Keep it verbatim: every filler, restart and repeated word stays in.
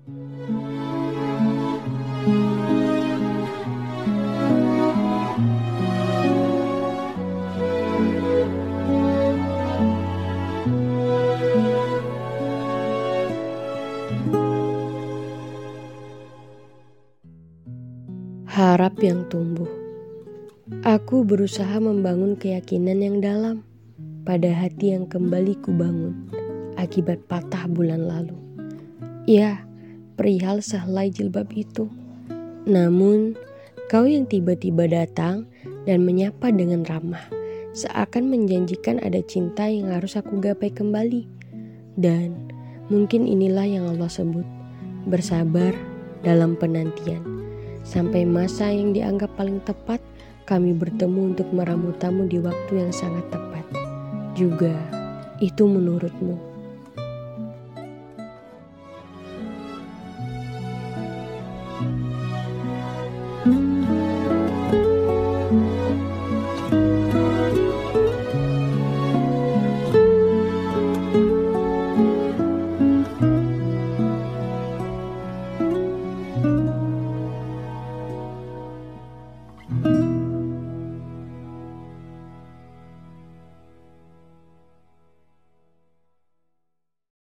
Harap yang tumbuh. Aku berusaha membangun keyakinan yang dalam pada hati yang kembali kubangun akibat patah bulan lalu. Ya, perihal sehelai jilbab itu. Namun, kau yang tiba-tiba datang dan menyapa dengan ramah, seakan menjanjikan ada cinta yang harus aku gapai kembali. Dan mungkin inilah yang Allah sebut bersabar dalam penantian. Sampai masa yang dianggap paling tepat, kami bertemu untuk meramu tamu di waktu yang sangat tepat. Juga itu menurutmu.